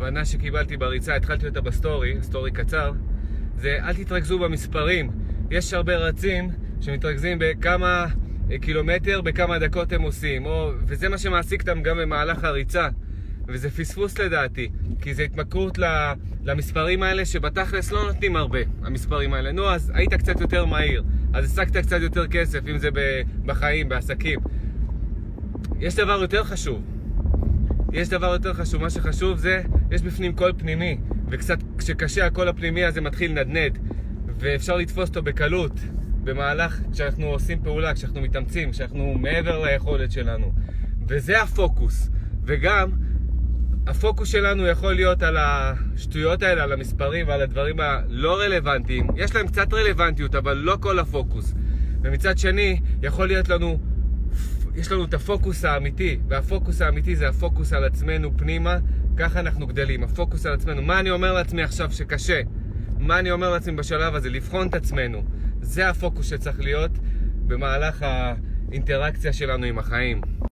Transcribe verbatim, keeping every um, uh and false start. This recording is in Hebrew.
תובנה שקיבלתי בריצה, התחלתי אותה בסטורי, סטורי קצר, זה אל תתרכזו במספרים. יש הרבה רצים שמתרכזים בכמה קילומטר, בכמה דקות הם עושים, או, וזה מה שמעסיק אותם גם במהלך הריצה. וזה פספוס לדעתי, כי זה התמכרות למספרים האלה שבתכלס לא נותנים הרבה, המספרים האלה. נו, אז היית קצת יותר מהיר, אז השגת קצת יותר כסף, אם זה בחיים, בעסקים. יש דבר יותר חשוב. יש דבר יותר חשוב, מה שחשוב זה, יש בפנים קול פנימי, וקצת כשקשה הקול הפנימי הזה מתחיל נדנד, ואפשר לתפוס אותו בקלות, במהלך כשאנחנו עושים פעולה, כשאנחנו מתאמצים, כשאנחנו מעבר ליכולת שלנו. וזה הפוקוס. וגם, הפוקוס שלנו יכול להיות על השטויות האלה, על המספרים ועל הדברים הלא רלוונטיים. יש להם קצת רלוונטיות, אבל לא כל הפוקוס. ומצד שני, יכול להיות לנו, יש לנו את הפוקוס האמיתי, והפוקוס האמיתי זה הפוקוס על עצמנו פנימה, ככה אנחנו גדלים, הפוקוס על עצמנו. מה אני אומר לעצמי עכשיו שקשה? מה אני אומר לעצמי בשלב הזה? לבחון את עצמנו. זה הפוקוס שצריך להיות במהלך האינטראקציה שלנו עם החיים.